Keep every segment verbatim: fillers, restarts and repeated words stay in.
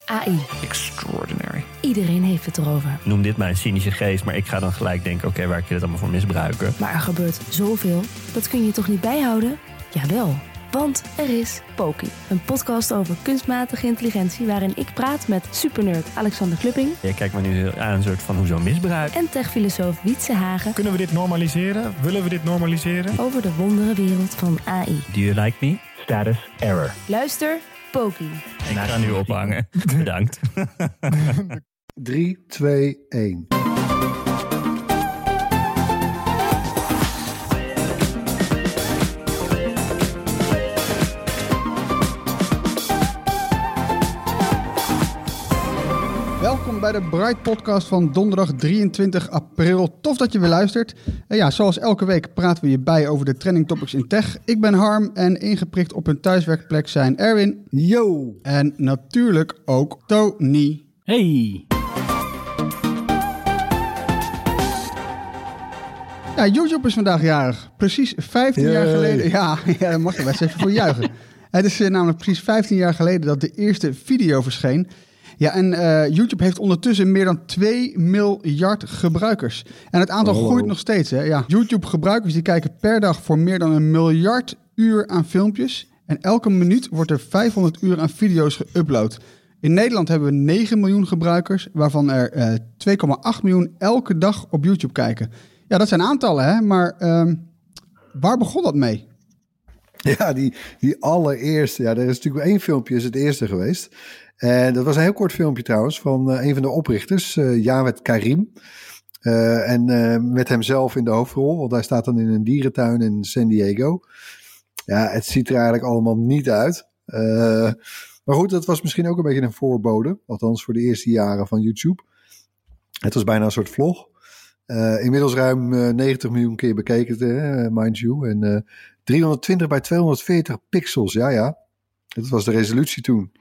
A I. Extraordinary. Iedereen heeft het erover. Noem dit maar een cynische geest, maar ik ga dan gelijk denken, oké, okay, waar kun je dat allemaal voor misbruiken? Maar er gebeurt zoveel, dat kun je toch niet bijhouden? Jawel, want er is Poki. Een podcast over kunstmatige intelligentie waarin ik praat met supernerd Alexander Klupping. Je kijkt me nu aan een soort van hoezo misbruik. En techfilosoof Wietse Hagen. Kunnen we dit normaliseren? Willen we dit normaliseren? Over de wonderenwereld van A I. Do you like me? Status error. Luister, Poki. Ik ga nu ophangen. Bedankt. drie, twee, één. Welkom bij de Bright Podcast van donderdag drieëntwintig april. Tof dat je weer luistert. En ja, zoals elke week praten we je bij over de trending topics in tech. Ik ben Harm en ingeprikt op hun thuiswerkplek zijn Erwin. Yo! En natuurlijk ook Tony. Hey! Ja, YouTube is vandaag jarig. Precies vijftien Yay. jaar geleden. Ja, ja, daar mag je best even voor juichen. Het is uh, namelijk precies vijftien jaar geleden dat de eerste video verscheen. Ja, en uh, YouTube heeft ondertussen meer dan twee miljard gebruikers. En het aantal oh. groeit nog steeds. Hè? Ja, YouTube-gebruikers die kijken per dag voor meer dan een miljard uur aan filmpjes. En elke minuut wordt er vijfhonderd uur aan video's geüpload. In Nederland hebben we negen miljoen gebruikers, waarvan er uh, twee komma acht miljoen elke dag op YouTube kijken. Ja, dat zijn aantallen, hè? Maar uh, waar begon dat mee? Ja, die, die allereerste. Ja, er is natuurlijk één filmpje, is het eerste geweest. En dat was een heel kort filmpje trouwens van uh, een van de oprichters, uh, Jawed Karim. Uh, en uh, met hemzelf in de hoofdrol, want hij staat dan in een dierentuin in San Diego. Ja, het ziet er eigenlijk allemaal niet uit. Uh, maar goed, dat was misschien ook een beetje een voorbode, althans voor de eerste jaren van YouTube. Het was bijna een soort vlog. Uh, inmiddels ruim uh, negentig miljoen keer bekeken, uh, mind you. En uh, driehonderdtwintig bij tweehonderdveertig pixels, ja ja. Dat was de resolutie toen.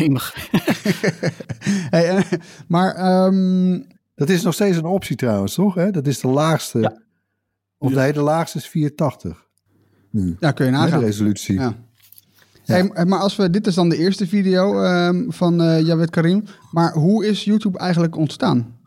hey, uh, maar um... dat is nog steeds een optie trouwens, toch? Hè? Dat is de laagste. Ja. Of nee, de laagste is vierhonderdtachtig. Nu. Ja, kun je nagaan. De resolutie. Ja. Ja. Hey, maar als we, dit is dan de eerste video um, van uh, Jawed Karim. Maar hoe is YouTube eigenlijk ontstaan?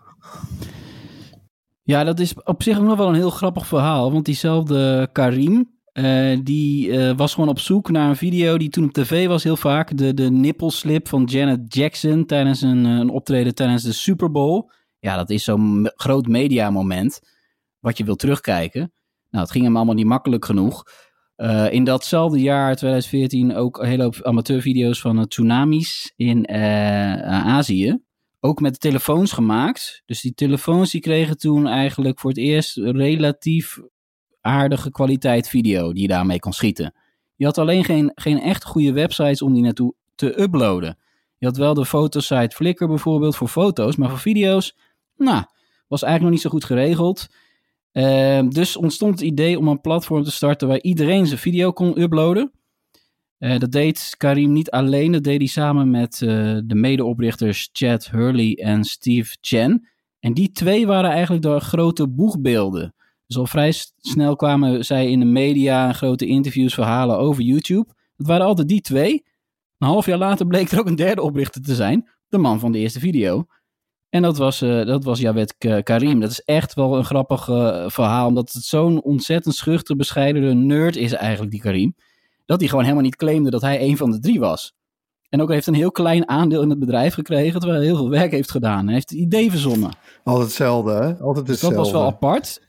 Ja, dat is op zich ook nog wel een heel grappig verhaal. Want diezelfde Karim, uh, die uh, was gewoon op zoek naar een video die toen op tv was heel vaak. De, de nippelslip van Janet Jackson tijdens een, een optreden tijdens de Super Bowl. Ja, dat is zo'n me- groot mediamoment wat je wil terugkijken. Nou, het ging hem allemaal niet makkelijk genoeg. Uh, in datzelfde jaar, twintig veertien, ook een hele hoop amateurvideo's van uh, tsunamis in uh, Azië. Ook met telefoons gemaakt. Dus die telefoons die kregen toen eigenlijk voor het eerst relatief aardige kwaliteit video die je daarmee kon schieten. Je had alleen geen, geen echt goede websites om die naartoe te uploaden. Je had wel de fotosite Flickr bijvoorbeeld voor foto's, maar voor video's, nou, was eigenlijk nog niet zo goed geregeld. Uh, dus ontstond het idee om een platform te starten waar iedereen zijn video kon uploaden. Uh, dat deed Karim niet alleen, dat deed hij samen met uh, de medeoprichters Chad Hurley en Steve Chen. En die twee waren eigenlijk de grote boegbeelden. Dus al vrij snel kwamen zij in de media, grote interviews, verhalen over YouTube. Dat waren altijd die twee. Een half jaar later bleek er ook een derde oprichter te zijn, de man van de eerste video. En dat was, uh, dat was Jawed Karim. Dat is echt wel een grappig uh, verhaal, omdat het zo'n ontzettend schuchter, bescheiden nerd is eigenlijk, die Karim. Dat hij gewoon helemaal niet claimde dat hij een van de drie was. En ook heeft een heel klein aandeel in het bedrijf gekregen, terwijl hij heel veel werk heeft gedaan. Hij heeft het idee verzonnen. Altijd hetzelfde, hè? Altijd dus hetzelfde. Dat was wel apart.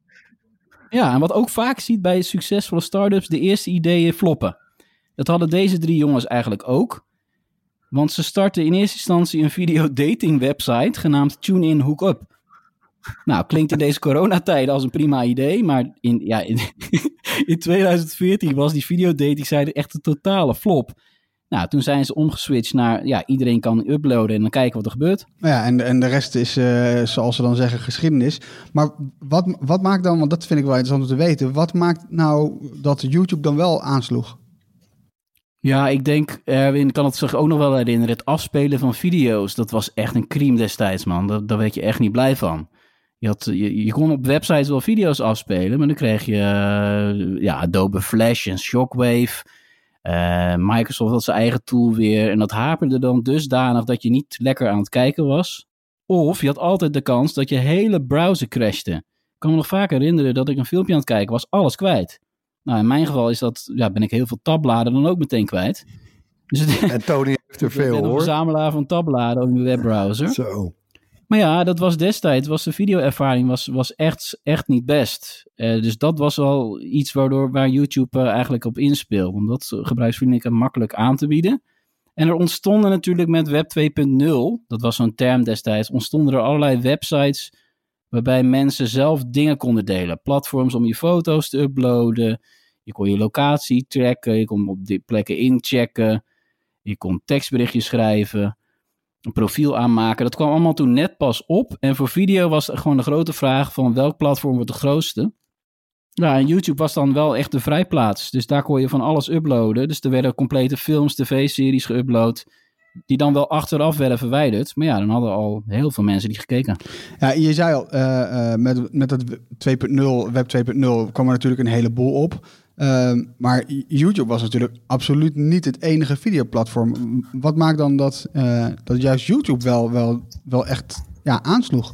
Ja, en wat ook vaak ziet bij succesvolle start-ups, de eerste ideeën floppen. Dat hadden deze drie jongens eigenlijk ook. Want ze startten in eerste instantie een videodating website genaamd TuneIn Hookup. Nou, klinkt in deze coronatijden als een prima idee, maar in, ja, in, in twintig veertien was die videodating site echt een totale flop. Nou, toen zijn ze omgeswitcht naar, ja, iedereen kan uploaden en dan kijken wat er gebeurt. Ja, en, en de rest is, uh, zoals ze dan zeggen, geschiedenis. Maar wat, wat maakt dan, want dat vind ik wel interessant om te weten, wat maakt nou dat YouTube dan wel aansloeg? Ja, ik denk, Erwin kan het zich ook nog wel herinneren, het afspelen van video's, dat was echt een crime destijds, man. Daar, daar werd je echt niet blij van. Je, had, je, je kon op websites wel video's afspelen, maar dan kreeg je uh, ja, Adobe Flash en Shockwave. Uh, Microsoft had zijn eigen tool weer. En dat haperde dan dusdanig dat je niet lekker aan het kijken was. Of je had altijd de kans dat je hele browser crashte. Ik kan me nog vaak herinneren dat ik een filmpje aan het kijken was, alles kwijt. Nou, in mijn geval is dat, ja, ben ik heel veel tabbladen dan ook meteen kwijt. Dus het, en Tony heeft er veel, hoor. Ik ben een verzamelaar van tabbladen op mijn webbrowser. Zo. Maar ja, dat was destijds, was de videoervaring was, was echt, echt niet best. Uh, dus dat was wel iets waardoor, waar YouTube uh, eigenlijk op inspeelt. Om dat gebruiksvriendelijk en makkelijk aan te bieden. En er ontstonden natuurlijk met Web twee punt nul, dat was zo'n term destijds, ontstonden er allerlei websites waarbij mensen zelf dingen konden delen. Platforms om je foto's te uploaden. Je kon je locatie tracken, je kon op die plekken inchecken. Je kon tekstberichtjes schrijven. Een profiel aanmaken. Dat kwam allemaal toen net pas op. En voor video was gewoon de grote vraag van welk platform wordt de grootste. Ja, en YouTube was dan wel echt de vrijplaats. Dus daar kon je van alles uploaden. Dus er werden complete films, tv-series geüpload. Die dan wel achteraf werden verwijderd. Maar ja, dan hadden al heel veel mensen die gekeken. Ja, je zei al, uh, uh, met, met dat twee punt nul, Web twee punt nul kwam er natuurlijk een heleboel op. Uh, maar YouTube was natuurlijk absoluut niet het enige videoplatform. Wat maakt dan dat, uh, dat juist YouTube wel, wel, wel echt ja, aansloeg?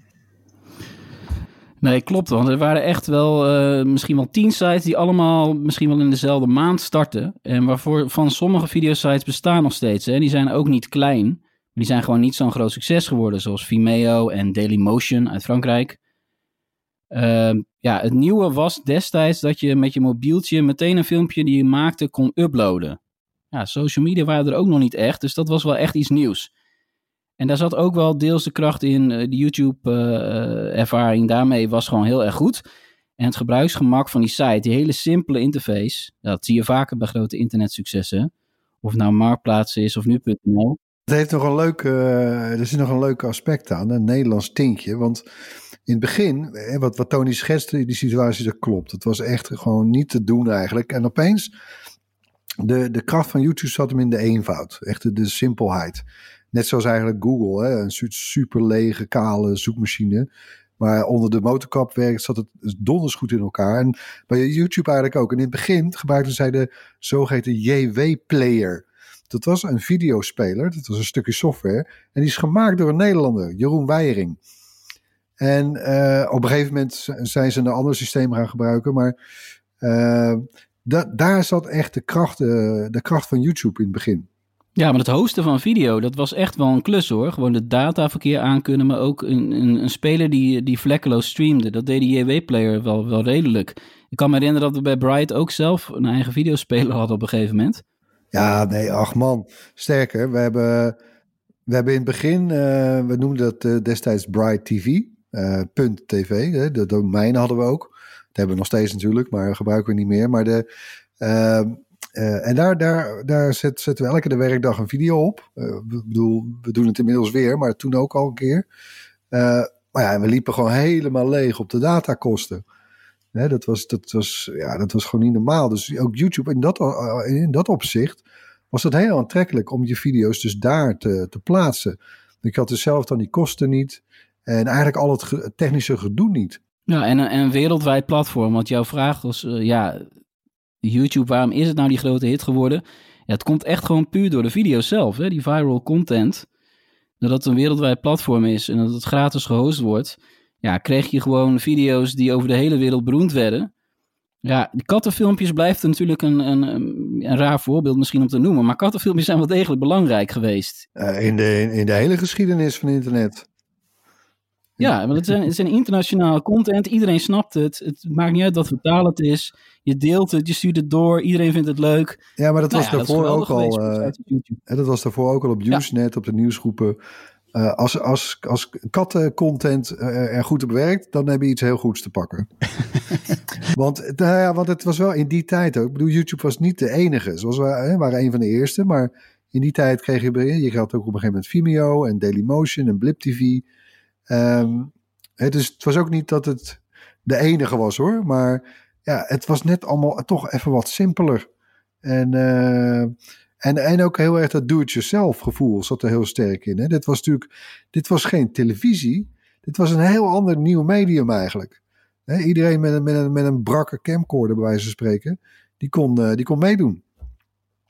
Nee, klopt. Want er waren echt wel uh, misschien wel tien sites die allemaal misschien wel in dezelfde maand starten. En waarvoor van sommige videosites bestaan nog steeds. Hè. Die zijn ook niet klein. Maar die zijn gewoon niet zo'n groot succes geworden. Zoals Vimeo en Dailymotion uit Frankrijk. Uh, ja, het nieuwe was destijds dat je met je mobieltje meteen een filmpje die je maakte kon uploaden. Ja, social media waren er ook nog niet echt. Dus dat was wel echt iets nieuws. En daar zat ook wel deels de kracht in. De YouTube-ervaring uh, daarmee was gewoon heel erg goed. En het gebruiksgemak van die site, die hele simpele interface. Dat zie je vaker bij grote internetsuccessen. Of het nou Marktplaats is of nu punt n l. Het heeft nog een leuk, uh, er zit nog een leuk aspect aan. Een Nederlands tintje. Want in het begin, wat, wat Tony schetste, die situatie, dat klopt. Het was echt gewoon niet te doen eigenlijk. En opeens, de, de kracht van YouTube zat hem in de eenvoud. Echt de, de simpelheid. Net zoals eigenlijk Google, hè? Een super lege, kale zoekmachine. Maar onder de motorkap werkt, zat het donders goed in elkaar. En bij YouTube eigenlijk ook. En in het begin gebruikten zij de zogeheten J W-player. Dat was een videospeler, dat was een stukje software. En die is gemaakt door een Nederlander, Jeroen Weijering. En uh, op een gegeven moment zijn ze een ander systeem gaan gebruiken. Maar uh, da- daar zat echt de kracht, uh, de kracht van YouTube in het begin. Ja, maar het hosten van video, dat was echt wel een klus hoor. Gewoon de dataverkeer aankunnen, maar ook een, een, een speler die, die vlekkeloos streamde. Dat deed de J W-player wel, wel redelijk. Ik kan me herinneren dat we bij Bright ook zelf een eigen videospeler hadden op een gegeven moment. Ja, nee, ach man. Sterker, we hebben, we hebben in het begin, uh, we noemden dat uh, destijds Bright T V, uh, punt .tv. Hè, de domein hadden we ook. Dat hebben we nog steeds natuurlijk, maar gebruiken we niet meer. Maar de... Uh, Uh, en daar, daar, daar zet, zetten we elke de werkdag een video op. Uh, we, bedoel, we doen het inmiddels weer, maar toen ook al een keer. Uh, maar ja, we liepen gewoon helemaal leeg op de datakosten. Hè, dat, was, dat, was, ja, dat was gewoon niet normaal. Dus ook YouTube, in dat, in dat opzicht, was het heel aantrekkelijk om je video's dus daar te, te plaatsen. Ik had dus zelf dan die kosten niet. En eigenlijk al het ge- technische gedoe niet. Ja, en, en een wereldwijd platform. Want jouw vraag was, uh, ja... YouTube, waarom is het nou die grote hit geworden? Ja, het komt echt gewoon puur door de video's zelf, hè? Die viral content. Dat het een wereldwijd platform is en dat het gratis gehost wordt. Ja, kreeg je gewoon video's die over de hele wereld beroemd werden. Ja, die kattenfilmpjes blijft natuurlijk een, een, een raar voorbeeld misschien om te noemen. Maar kattenfilmpjes zijn wel degelijk belangrijk geweest. Uh, in, de, in de hele geschiedenis van internet. Ja, want het zijn, het zijn internationale content. Iedereen snapt het. Het maakt niet uit wat voor taal het is. Je deelt het, je stuurt het door. Iedereen vindt het leuk. Ja, maar dat nou was ja, daarvoor dat ook al. Uh, dat was daarvoor ook al op Usenet, ja. Op de nieuwsgroepen. Uh, als, als, als kattencontent uh, er goed op werkt, dan heb je iets heel goeds te pakken. want, nou ja, want het was wel in die tijd ook. Ik bedoel, YouTube was niet de enige. Zoals we hè, waren een van de eerste. Maar in die tijd kreeg je. Je had ook op een gegeven moment Vimeo en Dailymotion en Blip T V. Um, het, is, het was ook niet dat het de enige was hoor, maar ja, het was net allemaal toch even wat simpeler. En, uh, en, en ook heel erg dat do-it-yourself gevoel zat er heel sterk in. Hè? Dit was natuurlijk, dit was geen televisie, dit was een heel ander nieuw medium eigenlijk. Hè? Iedereen met een, met, een, met een brakke camcorder bij wijze van spreken, die kon, uh, die kon meedoen.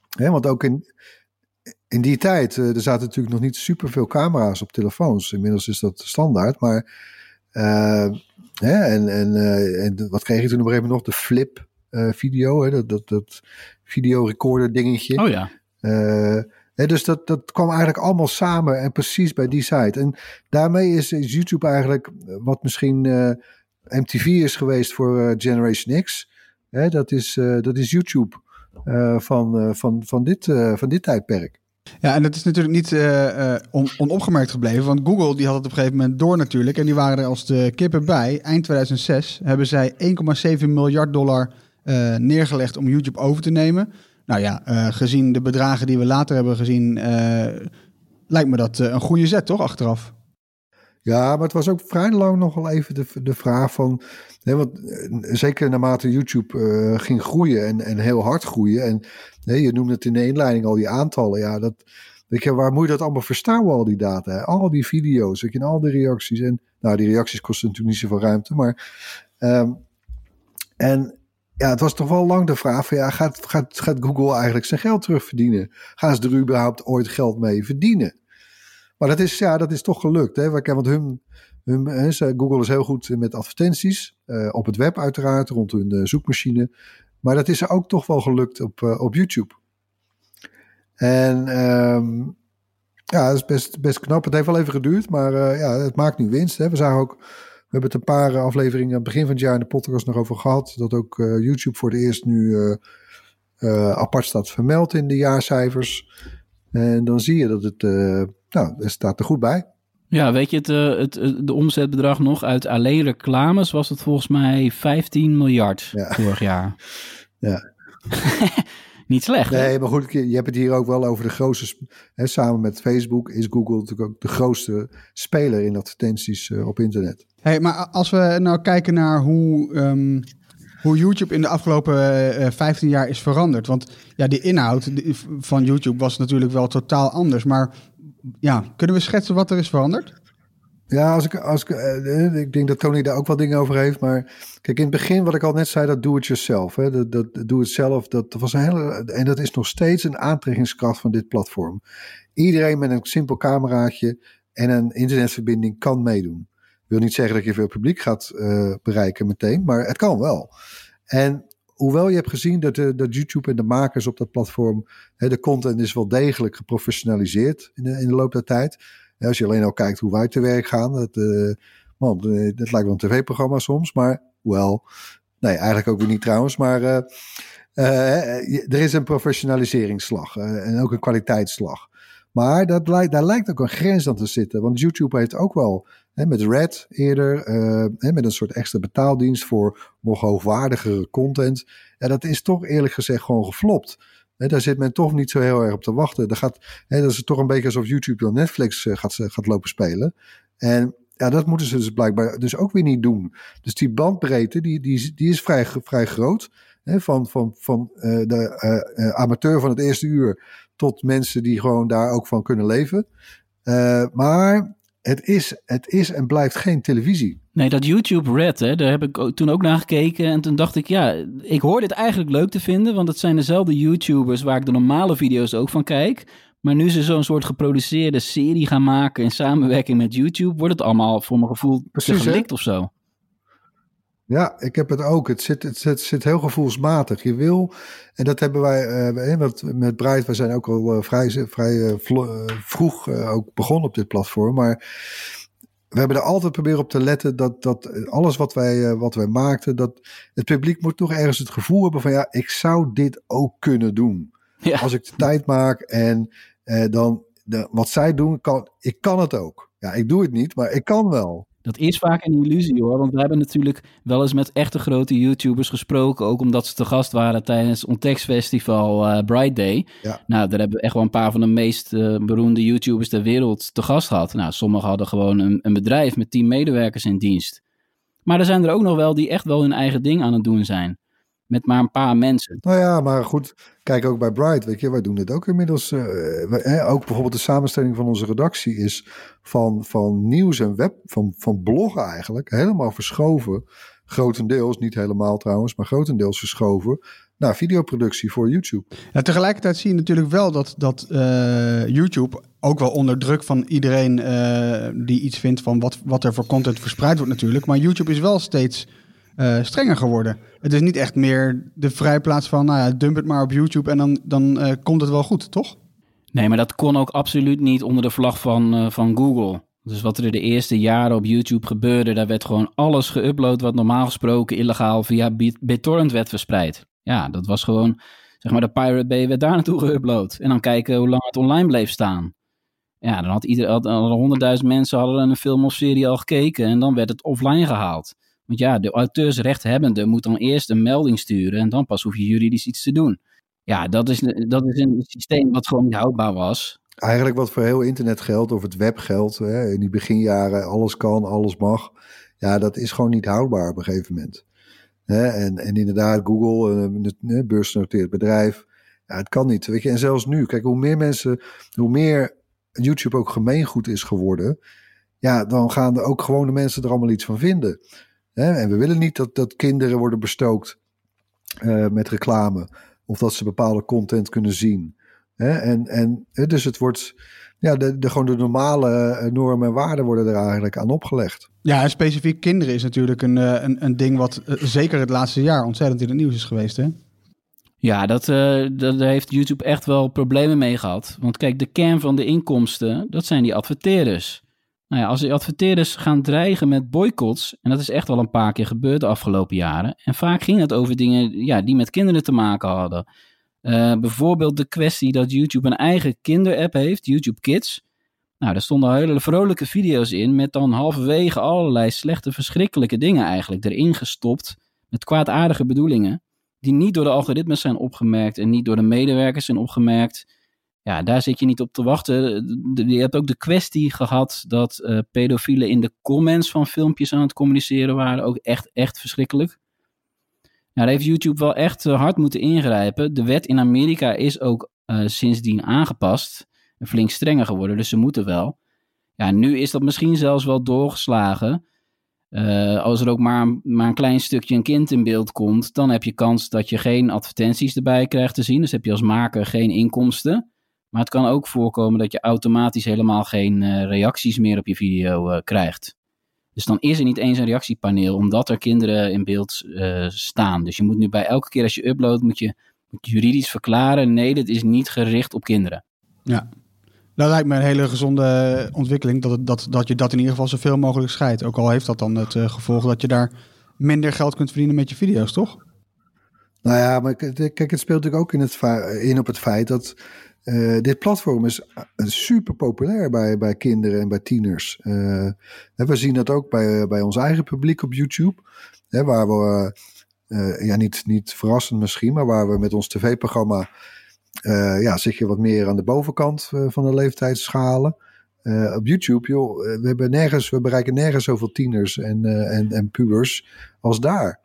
Hè, want ook in, in die tijd, uh, er zaten natuurlijk nog niet superveel camera's op telefoons. Inmiddels is dat standaard, maar uh, hè, en, en, uh, en wat kreeg je toen op een gegeven moment nog? De flip uh, video, hè, dat, dat, dat videorecorder dingetje. Oh ja. Uh, hè, dus dat, dat kwam eigenlijk allemaal samen en precies bij die site. En daarmee is, is YouTube eigenlijk wat misschien uh, M T V is geweest voor uh, Generation X. Hè, dat, is, uh, dat is YouTube uh, van, uh, van, van, dit, uh, van dit tijdperk. Ja, en dat is natuurlijk niet uh, uh, on, onopgemerkt gebleven. Want Google die had het op een gegeven moment door natuurlijk. En die waren er als de kippen bij. Eind tweeduizend zes hebben zij één komma zeven miljard dollar uh, neergelegd om YouTube over te nemen. Nou ja, uh, gezien de bedragen die we later hebben gezien, uh, lijkt me dat uh, een goede zet, toch, achteraf? Ja, maar het was ook vrij lang nog wel even de, de vraag van... Hè, want, zeker naarmate YouTube uh, ging groeien en, en heel hard groeien... en hè, je noemde het in de inleiding al die aantallen... ja, dat, weet je, waar moet je dat allemaal verstouwen, al die data? Hè? Al die video's, weet je, en al die reacties. En, nou, die reacties kosten natuurlijk niet zoveel ruimte, maar... Um, en ja, het was toch wel lang de vraag van... ja, gaat, gaat, gaat Google eigenlijk zijn geld terugverdienen? Gaan ze er überhaupt ooit geld mee verdienen? Maar dat is, ja, dat is toch gelukt. Hè? Want hun, hun, Google is heel goed met advertenties. Uh, op het web uiteraard, rond hun uh, zoekmachine. Maar dat is er ook toch wel gelukt op, uh, op YouTube. En um, ja, dat is best, best knap. Het heeft wel even geduurd, maar uh, ja, het maakt nu winst. Hè? We zagen ook, we hebben het een paar afleveringen aan het begin van het jaar in de podcast nog over gehad. Dat ook uh, YouTube voor het eerst nu uh, uh, apart staat vermeld in de jaarcijfers. En dan zie je dat het... Uh, Nou, dat staat er goed bij. Ja, weet je, het, het, het, de omzetbedrag nog uit alleen reclames was het volgens mij vijftien miljard ja. vorig jaar. Ja. Niet slecht. Nee, hè? maar goed, je hebt het hier ook wel over de grootste... Hè, samen met Facebook is Google natuurlijk ook de grootste speler in advertenties uh, op internet. Hey, maar als we nou kijken naar hoe... Um... hoe YouTube in de afgelopen uh, vijftien jaar is veranderd. Want ja, de inhoud van YouTube was natuurlijk wel totaal anders. Maar ja, kunnen we schetsen wat er is veranderd? Ja, als ik, als ik, uh, ik denk dat Tony daar ook wel dingen over heeft. Maar kijk, in het begin wat ik al net zei, dat do-it-yourself. Hè, dat, dat do-it-zelf, dat was een hele... En dat is nog steeds een aantrekkingskracht van dit platform. Iedereen met een simpel cameraatje en een internetverbinding kan meedoen. Ik wil niet zeggen dat je veel publiek gaat uh, bereiken meteen, maar het kan wel. En hoewel je hebt gezien dat, de, dat YouTube en de makers op dat platform, hè, de content is wel degelijk geprofessionaliseerd in de, in de loop der tijd. Ja, als je alleen al kijkt hoe wij te werk gaan, dat, uh, man, dat lijkt wel een tv-programma soms, maar wel, nee, eigenlijk ook weer niet trouwens, maar uh, uh, er is een professionaliseringsslag uh, en ook een kwaliteitsslag. Maar dat lijkt, daar lijkt ook een grens aan te zitten. Want YouTube heeft ook wel, hè, met Red eerder, uh, hè, met een soort extra betaaldienst voor nog hoogwaardigere content. Ja, dat is toch eerlijk gezegd gewoon geflopt. Hè, daar zit men toch niet zo heel erg op te wachten. Dat, gaat, hè, dat is toch een beetje alsof YouTube dan Netflix uh, gaat, gaat lopen spelen. En ja, dat moeten ze dus blijkbaar dus ook weer niet doen. Dus die bandbreedte, die, die, die is vrij, vrij groot. Hè, van van, van uh, de uh, uh, amateur van het eerste uur tot mensen die gewoon daar ook van kunnen leven. Uh, maar het is, het is en blijft geen televisie. Nee, dat YouTube Red, hè, daar heb ik ook, toen ook naar gekeken. En toen dacht ik, ja, ik hoor dit eigenlijk leuk te vinden. Want het zijn dezelfde YouTubers waar ik de normale video's ook van kijk. Maar nu ze zo'n soort geproduceerde serie gaan maken in samenwerking met YouTube, wordt het allemaal voor mijn gevoel te gelikt of zo. Ja, ik heb het ook. Het zit, het, zit, het zit heel gevoelsmatig. Je wil, en dat hebben wij, uh, wat met Bright, wij zijn ook al uh, vrij, vrij uh, vlo- uh, vroeg uh, ook begonnen op dit platform. Maar we hebben er altijd proberen op te letten dat, dat alles wat wij, uh, wat wij maakten, dat het publiek moet toch ergens het gevoel hebben van ja, ik zou dit ook kunnen doen. Ja. Als ik de tijd maak en uh, dan de, wat zij doen, kan, ik kan het ook. Ja, ik doe het niet, maar ik kan wel. Dat is vaak een illusie hoor, want we hebben natuurlijk wel eens met echte grote YouTubers gesproken, ook omdat ze te gast waren tijdens Ontext Festival uh, Bright Day. Ja. Nou, daar hebben we echt wel een paar van de meest uh, beroemde YouTubers ter wereld te gast gehad. Nou, sommigen hadden gewoon een, een bedrijf met tien medewerkers in dienst. Maar er zijn er ook nog wel die echt wel hun eigen ding aan het doen zijn. Met maar een paar mensen. Nou ja, maar goed, kijk ook bij Bright, weet je, wij doen dit ook inmiddels. Uh, wij, hè, ook bijvoorbeeld de samenstelling van onze redactie is van, van nieuws en web, van, van bloggen eigenlijk, helemaal verschoven. Grotendeels, niet helemaal trouwens, maar grotendeels verschoven nou, videoproductie voor YouTube. Ja, tegelijkertijd zie je natuurlijk wel dat, dat uh, YouTube, ook wel onder druk van iedereen uh, die iets vindt van wat, wat er voor content verspreid wordt natuurlijk, maar YouTube is wel steeds uh, strenger geworden. Het is niet echt meer de vrijplaats van, nou ja, dump het maar op YouTube en dan, dan uh, komt het wel goed, toch? Nee, maar dat kon ook absoluut niet onder de vlag van, uh, van Google. Dus wat er de eerste jaren op YouTube gebeurde, daar werd gewoon alles geüpload wat normaal gesproken illegaal via BitTorrent werd verspreid. Ja, dat was gewoon, zeg maar, de Pirate Bay werd daar naartoe geüpload. En dan kijken hoe lang het online bleef staan. Ja, dan had ieder, had, had honderdduizend mensen hadden een film of serie al gekeken en dan werd het offline gehaald. Want ja, de auteursrechthebbende moet dan eerst een melding sturen en dan pas hoef je juridisch iets te doen. Ja, dat is, dat is een systeem wat gewoon niet houdbaar was. Eigenlijk wat voor heel internet geldt, of het web geldt, hè, in die beginjaren, alles kan, alles mag. Ja, dat is gewoon niet houdbaar op een gegeven moment. Hè, en, en inderdaad, Google, een beursgenoteerd bedrijf, ja, het kan niet. Weet je? En zelfs nu, kijk, hoe meer mensen, hoe meer YouTube ook gemeengoed is geworden, ja, dan gaan er ook gewone mensen er allemaal iets van vinden. Hè? En we willen niet dat, dat kinderen worden bestookt uh, met reclame, of dat ze bepaalde content kunnen zien. Hè? En, en dus het wordt, ja, de, de, gewoon de normale normen en waarden worden er eigenlijk aan opgelegd. Ja, en specifiek kinderen is natuurlijk een, een, een ding wat uh, zeker het laatste jaar ontzettend in het nieuws is geweest, hè? Ja, dat, uh, dat, daar heeft YouTube echt wel problemen mee gehad. Want kijk, de kern van de inkomsten, dat zijn die adverteerders. Nou ja, als die adverteerders gaan dreigen met boycotts, en dat is echt wel een paar keer gebeurd de afgelopen jaren, en vaak ging het over dingen ja, die met kinderen te maken hadden. Uh, bijvoorbeeld de kwestie dat YouTube een eigen kinderapp heeft, YouTube Kids. Nou, daar stonden hele vrolijke video's in met dan halverwege allerlei slechte, verschrikkelijke dingen eigenlijk erin gestopt, met kwaadaardige bedoelingen, die niet door de algoritmes zijn opgemerkt en niet door de medewerkers zijn opgemerkt. Ja, daar zit je niet op te wachten. Je hebt ook de kwestie gehad dat uh, pedofielen in de comments van filmpjes aan het communiceren waren. Ook echt, echt verschrikkelijk. Nou, daar heeft YouTube wel echt uh, hard moeten ingrijpen. De wet in Amerika is ook uh, sindsdien aangepast. En flink strenger geworden, dus ze moeten wel. Ja, nu is dat misschien zelfs wel doorgeslagen. Uh, als er ook maar, maar een klein stukje een kind in beeld komt, dan heb je kans dat je geen advertenties erbij krijgt te zien. Dus heb je als maker geen inkomsten. Maar het kan ook voorkomen dat je automatisch helemaal geen uh, reacties meer op je video uh, krijgt. Dus dan is er niet eens een reactiepaneel, omdat er kinderen in beeld uh, staan. Dus je moet nu bij elke keer als je uploadt, moet je, moet je juridisch verklaren, nee, dit is niet gericht op kinderen. Ja, dat lijkt me een hele gezonde ontwikkeling, dat, het, dat, dat je dat in ieder geval zoveel mogelijk scheidt. Ook al heeft dat dan het uh, gevolg dat je daar minder geld kunt verdienen met je video's, toch? Nou ja, maar kijk, het speelt natuurlijk ook in, het, in op het feit dat Uh, dit platform is super populair bij, bij kinderen en bij tieners. Uh, we zien dat ook bij, bij ons eigen publiek op YouTube. Hè, waar we, uh, ja, niet, niet verrassend misschien, maar waar we met ons tv-programma uh, ja, zit je wat meer aan de bovenkant uh, van de leeftijdsschalen. Uh, op YouTube, joh, we, hebben nergens, we bereiken nergens zoveel tieners en, uh, en, en pubers als daar.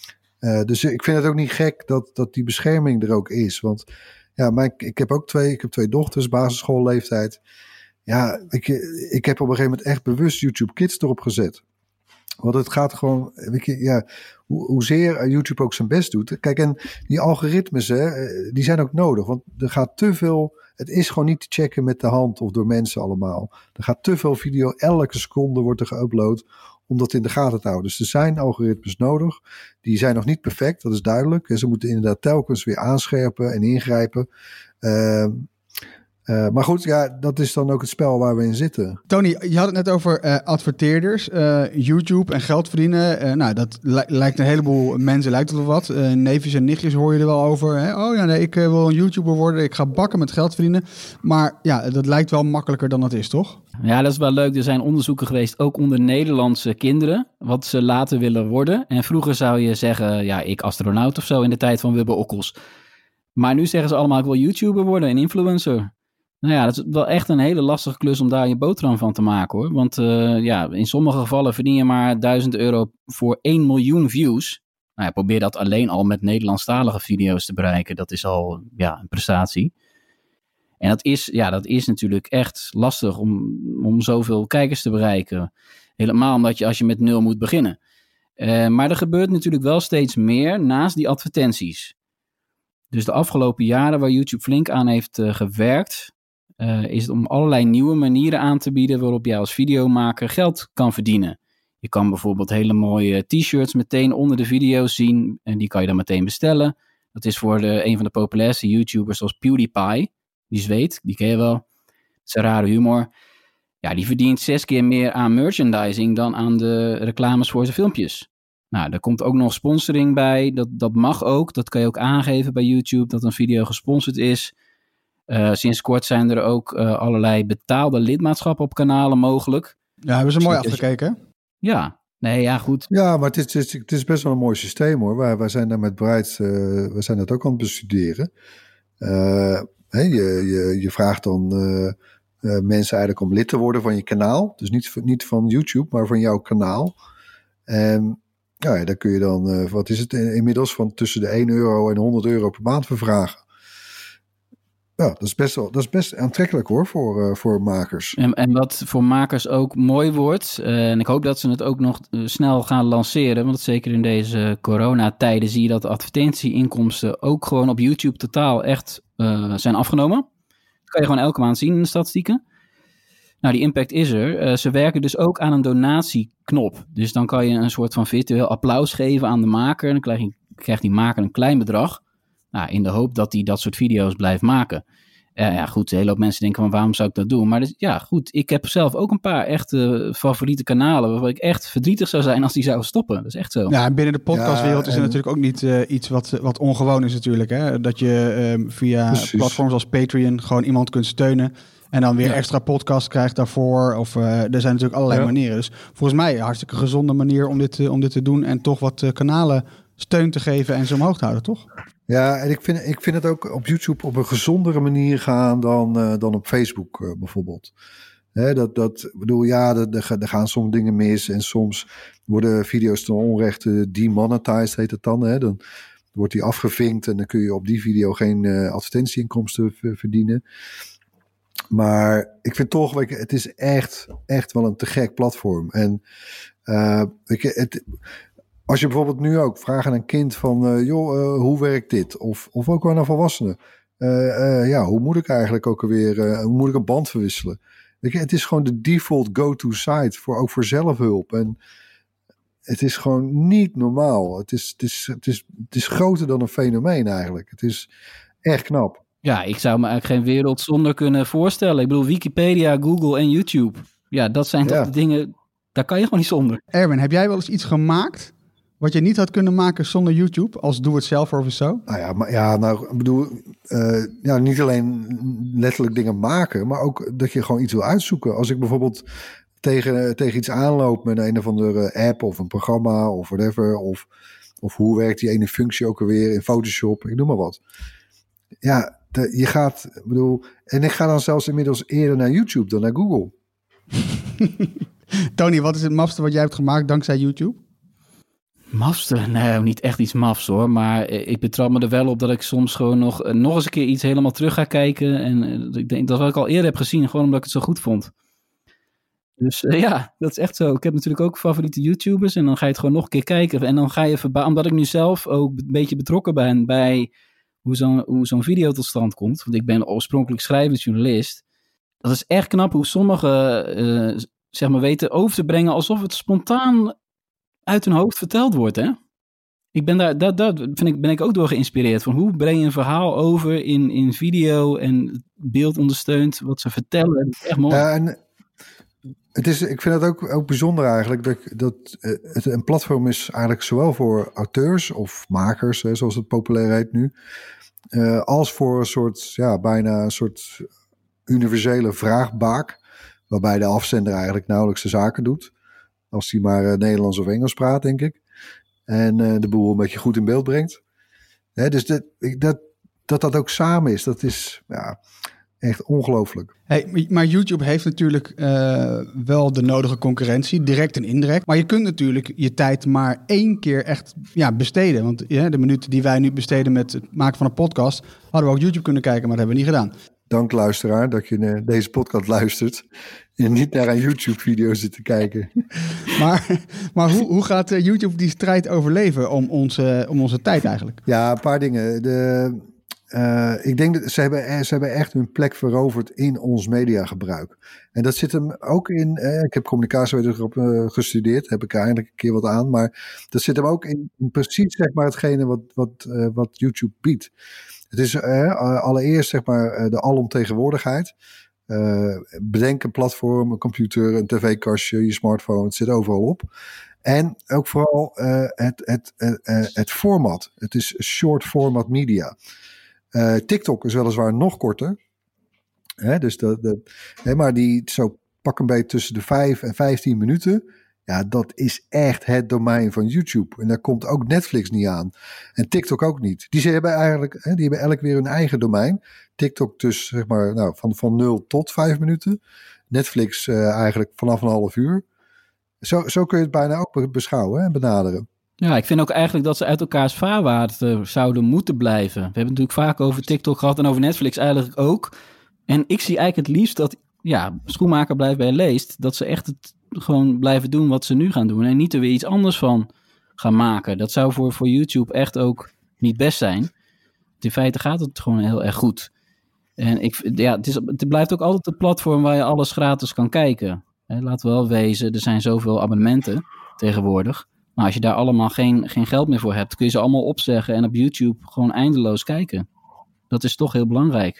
Uh, dus ik vind het ook niet gek dat, dat die bescherming er ook is, want ja, maar ik, ik heb ook twee, ik heb twee dochters, basisschoolleeftijd. Ja, ik, ik heb op een gegeven moment echt bewust YouTube Kids erop gezet. Want het gaat gewoon, weet je, ja, hoe, hoezeer YouTube ook zijn best doet. Kijk, en die algoritmes, hè, die zijn ook nodig. Want er gaat te veel, het is gewoon niet te checken met de hand of door mensen allemaal. Er gaat te veel video, elke seconde wordt er geüpload om dat in de gaten te houden. Dus er zijn algoritmes nodig. Die zijn nog niet perfect, dat is duidelijk. En ze moeten inderdaad telkens weer aanscherpen en ingrijpen. Uh, uh, maar goed, ja, dat is dan ook het spel waar we in zitten. Tony, je had het net over uh, adverteerders, uh, YouTube en geld verdienen. Uh, nou, dat li- lijkt een heleboel mensen, lijkt het wel wat. Uh, neefjes en nichtjes hoor je er wel over. Hè? Oh ja, nee, ik uh, wil een YouTuber worden. Ik ga bakken met geld verdienen. Maar ja, dat lijkt wel makkelijker dan dat is, toch? Ja, dat is wel leuk. Er zijn onderzoeken geweest, ook onder Nederlandse kinderen, wat ze later willen worden. En vroeger zou je zeggen, ja, ik astronaut of zo in de tijd van Wubbe Okkels. Maar nu zeggen ze allemaal, ik wil YouTuber worden en influencer. Nou ja, dat is wel echt een hele lastige klus om daar je boterham van te maken, hoor. Want uh, ja, in sommige gevallen verdien je maar duizend euro voor één miljoen views. Nou ja, probeer dat alleen al met Nederlandstalige video's te bereiken. Dat is al ja, een prestatie. En dat is, ja, dat is natuurlijk echt lastig om, om zoveel kijkers te bereiken. Helemaal omdat je als je met nul moet beginnen. Uh, maar er gebeurt natuurlijk wel steeds meer naast die advertenties. Dus de afgelopen jaren waar YouTube flink aan heeft uh, gewerkt, uh, is het om allerlei nieuwe manieren aan te bieden waarop jij als videomaker geld kan verdienen. Je kan bijvoorbeeld hele mooie t-shirts meteen onder de video's zien en die kan je dan meteen bestellen. Dat is voor de, een van de populairste YouTubers zoals PewDiePie, die zweet, die ken je wel. Dat is een rare humor. Ja, die verdient zes keer meer aan merchandising dan aan de reclames voor zijn filmpjes. Nou, er komt ook nog sponsoring bij. Dat, dat mag ook. Dat kan je ook aangeven bij YouTube, dat een video gesponsord is. Uh, sinds kort zijn er ook uh, allerlei betaalde lidmaatschappen op kanalen mogelijk. Ja, hebben ze mooi afgekeken. Ja, nee, ja, goed. Ja, maar het is, het is, het is best wel een mooi systeem hoor. Wij, wij zijn daar met Bright, uh, we zijn dat ook aan het bestuderen. Uh, hey, je, je, je vraagt dan uh, uh, mensen eigenlijk om lid te worden van je kanaal. Dus niet, niet van YouTube, maar van jouw kanaal. En ja, daar kun je dan, uh, wat is het inmiddels, van tussen de één euro en honderd euro per maand vervragen. Ja, dat is best wel, dat is best aantrekkelijk hoor, voor, uh, voor makers. En, en wat voor makers ook mooi wordt, uh, en ik hoop dat ze het ook nog uh, snel gaan lanceren, want zeker in deze coronatijden zie je dat de advertentieinkomsten ook gewoon op YouTube totaal echt uh, zijn afgenomen. Dat kan je gewoon elke maand zien in de statistieken. Nou, die impact is er. Uh, ze werken dus ook aan een donatieknop. Dus dan kan je een soort van virtueel applaus geven aan de maker. En dan krijg je, krijgt die maker een klein bedrag. Nou, in de hoop dat hij dat soort video's blijft maken. Uh, ja, goed, een hele hoop mensen denken van waarom zou ik dat doen? Maar dus, ja, goed, ik heb zelf ook een paar echte favoriete kanalen waarvan ik echt verdrietig zou zijn als die zouden stoppen. Dat is echt zo. Ja, en binnen de podcastwereld ja, is er natuurlijk ook niet uh, iets wat, wat ongewoon is natuurlijk. Hè? Dat je um, via Precies. platforms als Patreon gewoon iemand kunt steunen. En dan weer ja. extra podcast krijgt daarvoor. Of uh, er zijn natuurlijk allerlei ja. manieren. Dus volgens mij een hartstikke gezonde manier om dit, uh, om dit te doen. En toch wat uh, kanalen steun te geven en ze omhoog te houden, toch? Ja, en ik vind, ik vind het ook op YouTube op een gezondere manier gaan dan, uh, dan op Facebook uh, bijvoorbeeld. Hè, dat, dat bedoel, ja, er gaan soms dingen mis. En soms worden video's ten onrechte demonetized, heet het dan. Hè? Dan wordt die afgevinkt en dan kun je op die video geen uh, advertentieinkomsten v- verdienen. Maar ik vind toch, weet je, het is echt, echt wel een te gek platform. En uh, weet je, het, als je bijvoorbeeld nu ook vraagt aan een kind van, uh, joh, uh, hoe werkt dit? Of, of ook wel naar volwassenen. Uh, uh, ja, hoe moet ik eigenlijk ook alweer, uh, hoe moet ik een band verwisselen? Weet je, het is gewoon de default go-to site, voor, ook voor zelfhulp. En het is gewoon niet normaal. Het is, het is, het is, het is groter dan een fenomeen eigenlijk. Het is echt knap. Ja, ik zou me eigenlijk geen wereld zonder kunnen voorstellen. Ik bedoel, Wikipedia, Google en YouTube. Ja, dat zijn toch ja. de dingen, daar kan je gewoon niet zonder. Erwin, heb jij wel eens iets gemaakt wat je niet had kunnen maken zonder YouTube, als doe-het-zelf of zo? Nou ja, maar ja, nou, ik bedoel, uh, ja, niet alleen letterlijk dingen maken, maar ook dat je gewoon iets wil uitzoeken. Als ik bijvoorbeeld tegen, tegen iets aanloop met een of andere app of een programma of whatever, of, of hoe werkt die ene functie ook alweer in Photoshop, ik noem maar wat. Ja, de, je gaat, ik bedoel, en ik ga dan zelfs inmiddels eerder naar YouTube dan naar Google. Tony, wat is het mafste wat jij hebt gemaakt dankzij YouTube? Mafste? Nee, niet echt iets mafs hoor. Maar ik betrap me er wel op dat ik soms gewoon nog, nog eens een keer iets helemaal terug ga kijken. En ik denk dat wat ik al eerder heb gezien, gewoon omdat ik het zo goed vond. Dus uh, ja, dat is echt zo. Ik heb natuurlijk ook favoriete YouTubers. En dan ga je het gewoon nog een keer kijken. En dan ga je verba- omdat ik nu zelf ook een beetje betrokken ben bij hoe zo'n, hoe zo'n video tot stand komt. Want ik ben oorspronkelijk schrijvend journalist. Dat is echt knap hoe sommigen uh, zeg maar weten over te brengen alsof het spontaan uit hun hoofd verteld wordt, hè? Ik ben daar, dat, dat vind ik, ben ik ook door geïnspireerd. Van hoe breng je een verhaal over in, in video en beeld ondersteunt wat ze vertellen. Dat is echt mooi. Ja, en het is, ik vind het ook, ook bijzonder eigenlijk dat, dat het een platform is eigenlijk zowel voor auteurs of makers, hè, zoals het populair heet nu, uh, als voor een soort, ja, bijna een soort universele vraagbaak, waarbij de afzender eigenlijk nauwelijks de zaken doet. Als hij maar uh, Nederlands of Engels praat, denk ik. En uh, de boel een beetje goed in beeld brengt. Hè, dus dat, dat, dat dat ook samen is, dat is ja, echt ongelooflijk. Hey, maar YouTube heeft natuurlijk uh, wel de nodige concurrentie, direct en indirect. Maar je kunt natuurlijk je tijd maar één keer echt ja, besteden. Want ja, de minuten die wij nu besteden met het maken van een podcast, hadden we ook YouTube kunnen kijken, maar dat hebben we niet gedaan. Dank luisteraar dat je naar deze podcast luistert en niet naar een YouTube-video zit te kijken. Maar, maar hoe, hoe gaat YouTube die strijd overleven om onze, om onze tijd eigenlijk? Ja, een paar dingen. De, uh, ik denk dat ze hebben, ze hebben echt hun plek veroverd in ons mediagebruik. En dat zit hem ook in, uh, ik heb communicatiewetenschap uh, gestudeerd, heb ik er eindelijk een keer wat aan, maar dat zit hem ook in, in precies zeg maar hetgene wat, wat, uh, wat YouTube biedt. Het is uh, allereerst zeg maar uh, de alomtegenwoordigheid. Uh, bedenk een platform, een computer, een tv-kastje, je smartphone, het zit overal op. En ook vooral uh, het, het, uh, uh, het format. Het is short format media. Uh, TikTok is weliswaar nog korter. Hè, dus de, de, hè, maar die zo pak een beetje tussen de vijf en vijftien minuten. Ja, dat is echt het domein van YouTube. En daar komt ook Netflix niet aan. En TikTok ook niet. Die hebben eigenlijk, hè, die hebben elk weer hun eigen domein. TikTok dus zeg maar nou, van, van nul tot vijf minuten. Netflix uh, eigenlijk vanaf een half uur. Zo, zo kun je het bijna ook beschouwen en benaderen. Ja, ik vind ook eigenlijk dat ze uit elkaars vaarwater zouden moeten blijven. We hebben het natuurlijk vaak over TikTok gehad en over Netflix eigenlijk ook. En ik zie eigenlijk het liefst dat, ja, schoenmaker blijft bij leest, dat ze echt het gewoon blijven doen wat ze nu gaan doen. En niet er weer iets anders van gaan maken. Dat zou voor, voor YouTube echt ook niet best zijn. In feite gaat het gewoon heel erg goed. En ik, ja, het, is, het blijft ook altijd een platform waar je alles gratis kan kijken. He, laten we wel wezen, er zijn zoveel abonnementen tegenwoordig. Maar als je daar allemaal geen, geen geld meer voor hebt, kun je ze allemaal opzeggen en op YouTube gewoon eindeloos kijken. Dat is toch heel belangrijk.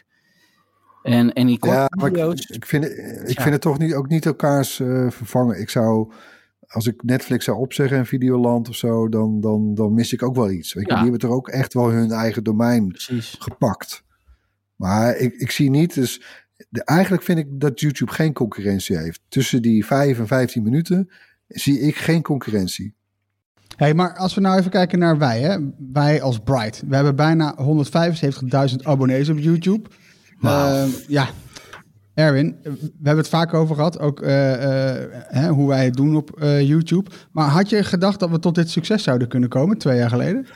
En, en die korte ja, maar video's... ik, ik, vind, ik ja. vind het toch niet, ook niet elkaars uh, vervangen. Ik zou, als ik Netflix zou opzeggen en Videoland of zo, dan, dan, dan mis ik ook wel iets. Weet je? Ja. Die hebben toch ook echt wel hun eigen domein Precies. gepakt. Maar ik, ik zie niet, dus de, eigenlijk vind ik dat YouTube geen concurrentie heeft. Tussen die vijf en vijftien minuten zie ik geen concurrentie. Hey, maar als we nou even kijken naar wij, hè? Wij als Bright. We hebben bijna honderdvijfenzeventigduizend abonnees op YouTube. Wow. Uh, ja, Erwin, we hebben het vaak over gehad, ook uh, uh, hè, hoe wij het doen op uh, YouTube. Maar had je gedacht dat we tot dit succes zouden kunnen komen, twee jaar geleden?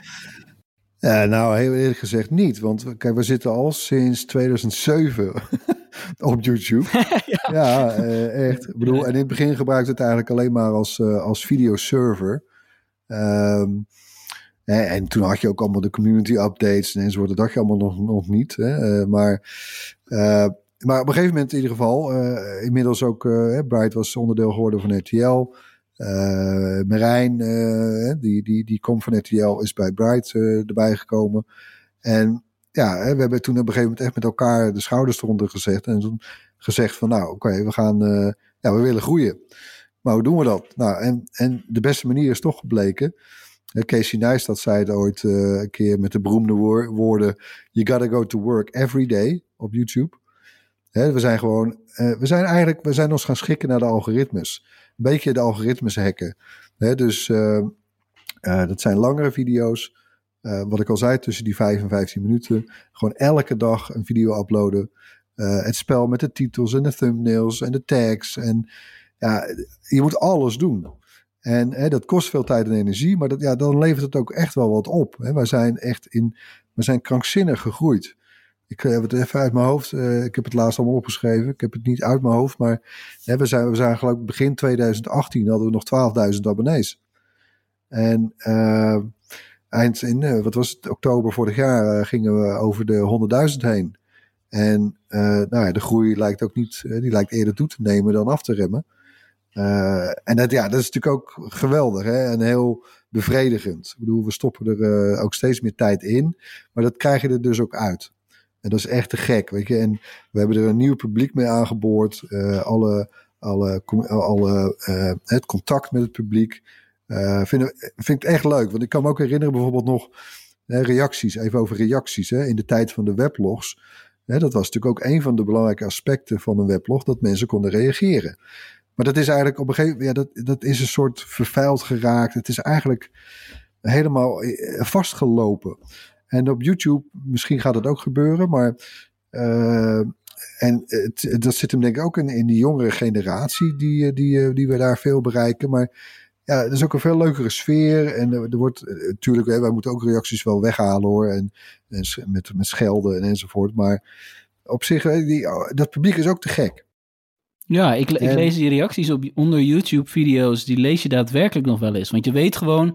Ja, nou, heel eerlijk gezegd niet. Want kijk, we zitten al sinds tweeduizend zeven op YouTube. ja, ja uh, echt. Ik bedoel, en in het begin gebruikte het eigenlijk alleen maar als, uh, als videoserver. Um, hè, en toen had je ook allemaal de community updates en enzovoort. Dat dacht je allemaal nog, nog niet. Hè? Uh, maar, uh, maar op een gegeven moment in ieder geval, uh, inmiddels ook, uh, Bright was onderdeel geworden van R T L. Uh, Marijn, uh, die, die, die komt van R T L, is bij Bright uh, erbij gekomen. En ja, we hebben toen op een gegeven moment echt met elkaar de schouders eronder gezet. En toen gezegd van nou, oké, okay, we gaan, uh, ja, we willen groeien. Maar hoe doen we dat? Nou, en, en de beste manier is toch gebleken. Casey Neistat zei het ooit uh, een keer met de beroemde woor- woorden: You gotta go to work every day op YouTube. Hè, we zijn gewoon, uh, we zijn eigenlijk, we zijn ons gaan schikken naar de algoritmes. Een beetje de algoritmes hacken. Hè, dus uh, uh, dat zijn langere video's. Uh, wat ik al zei, tussen die vijf en vijftien minuten. Gewoon elke dag een video uploaden. Uh, het spel met de titels en de thumbnails en de tags. En ja, je moet alles doen. En hè, dat kost veel tijd en energie, maar dat, ja, dan levert het ook echt wel wat op. Hè. Wij zijn echt in, we zijn krankzinnig gegroeid. Ik heb het even uit mijn hoofd, uh, ik heb het laatst allemaal opgeschreven. Ik heb het niet uit mijn hoofd, maar hè, we zijn, we zijn geloof ik begin tweeduizend achttien hadden we nog twaalfduizend abonnees. En uh, eind in, uh, wat was het, oktober vorig jaar uh, gingen we over de honderdduizend heen. En uh, nou ja, de groei lijkt ook niet, uh, die lijkt eerder toe te nemen dan af te remmen. Uh, en dat, ja, dat is natuurlijk ook geweldig, hè? En heel bevredigend. Ik bedoel, we stoppen er uh, ook steeds meer tijd in, maar dat krijg je er dus ook uit. En dat is echt te gek, weet je. En we hebben er een nieuw publiek mee aangeboord. Uh, alle, alle, alle, uh, het contact met het publiek. Uh, vind, vind ik echt leuk, want ik kan me ook herinneren bijvoorbeeld nog hè, reacties, even over reacties, hè, in de tijd van de weblogs. Hè, dat was natuurlijk ook een van de belangrijke aspecten van een weblog, dat mensen konden reageren. Maar dat is eigenlijk op een gegeven moment, ja, dat, dat is een soort vervuild geraakt. Het is eigenlijk helemaal vastgelopen. En op YouTube, misschien gaat het ook gebeuren, maar uh, en het, dat zit hem denk ik ook in, in die jongere generatie die, die, die we daar veel bereiken. Maar ja, het is ook een veel leukere sfeer. En er wordt natuurlijk, wij moeten ook reacties wel weghalen hoor. En, en met, met schelden en enzovoort. Maar op zich, die, dat publiek is ook te gek. Ja, ik, ik lees die reacties op onder YouTube-video's, die lees je daadwerkelijk nog wel eens. Want je weet gewoon,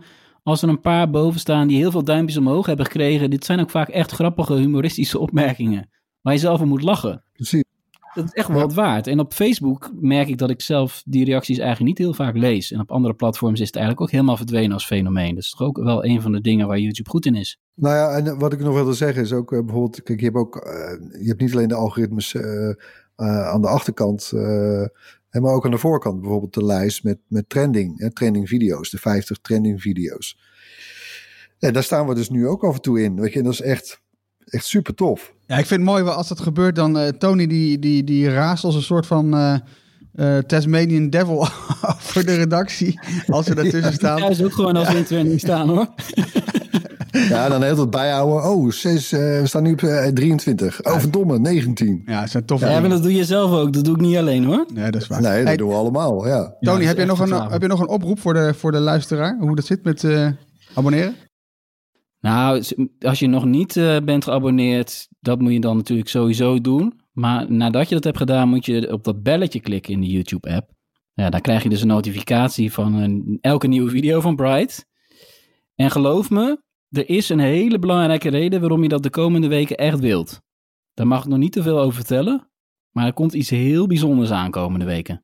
als er een paar boven staan die heel veel duimpjes omhoog hebben gekregen, dit zijn ook vaak echt grappige, humoristische opmerkingen, waar je zelf om moet lachen. Precies. Dat is echt wel wat waard. En op Facebook merk ik dat ik zelf die reacties eigenlijk niet heel vaak lees. En op andere platforms is het eigenlijk ook helemaal verdwenen als fenomeen. Dat is toch ook wel een van de dingen waar YouTube goed in is. Nou ja, en wat ik nog wilde zeggen is ook uh, bijvoorbeeld, kijk, je hebt ook, uh, je hebt niet alleen de algoritmes uh, uh, aan de achterkant, uh, maar ook aan de voorkant. Bijvoorbeeld de lijst met, met trending, hè, trending video's, de vijftig trending video's. En daar staan we dus nu ook af en toe in. Weet je, en dat is echt, echt super tof. Ja, ik vind het mooi als dat gebeurt, dan uh, Tony die, die, die raast als een soort van uh, uh, Tasmanian Devil voor de redactie, als we daartussen staan. Ja, is ook gewoon als we in trending staan, hoor. Ja, dan heel het bijhouden. Oh, zes, uh, we staan nu op uh, drieëntwintig. Oh, verdomme, negentien. Ja, dat zijn toffe Ja, maar dat doe je zelf ook. Dat doe ik niet alleen, hoor. Nee, dat is waar. Nee, dat hey, doen we allemaal, ja. Tony, Ja, heb, je nog een, vertrouwen. heb je nog een oproep voor de, voor de luisteraar? Hoe dat zit met uh, abonneren? Nou, als je nog niet uh, bent geabonneerd, dat moet je dan natuurlijk sowieso doen. Maar nadat je dat hebt gedaan, moet je op dat belletje klikken in de YouTube-app. Ja, dan krijg je dus een notificatie van een, elke nieuwe video van Bright. En geloof me, er is een hele belangrijke reden waarom je dat de komende weken echt wilt. Daar mag ik nog niet te veel over vertellen, maar er komt iets heel bijzonders aan komende weken.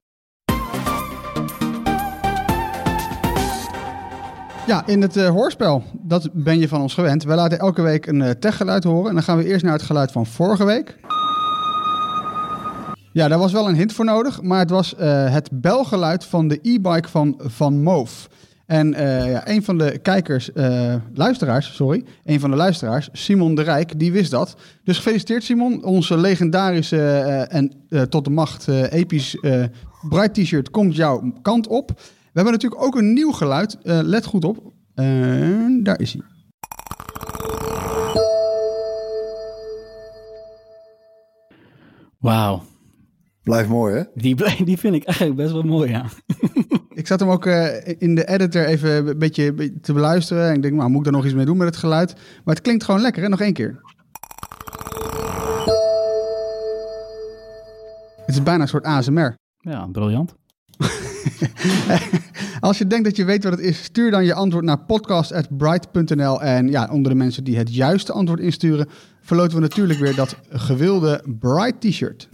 Ja, in het uh, hoorspel, dat ben je van ons gewend. We laten elke week een uh, techgeluid horen. En dan gaan we eerst naar het geluid van vorige week. Ja, daar was wel een hint voor nodig. Maar het was uh, het belgeluid van de e-bike van Van Moof. En uh, ja, een van de kijkers, uh, luisteraars, sorry. Een van de luisteraars, Simon de Rijk, die wist dat. Dus gefeliciteerd Simon. Onze legendarische uh, en uh, tot de macht uh, episch uh, Bright t-shirt komt jouw kant op. We hebben natuurlijk ook een nieuw geluid. Uh, let goed op. Uh, daar is hij. Wauw. Blijft mooi, hè? Die, die vind ik eigenlijk best wel mooi, ja. Ik zat hem ook uh, in de editor even een beetje te beluisteren. En ik denk, nou, moet ik daar nog iets mee doen met het geluid? Maar het klinkt gewoon lekker, hè? Nog één keer. Het is bijna een soort A S M R. Ja, briljant. Als je denkt dat je weet wat het is, stuur dan je antwoord naar podcast at bright punt n l. En ja, onder de mensen die het juiste antwoord insturen, verloten we natuurlijk weer dat gewilde Bright t-shirt.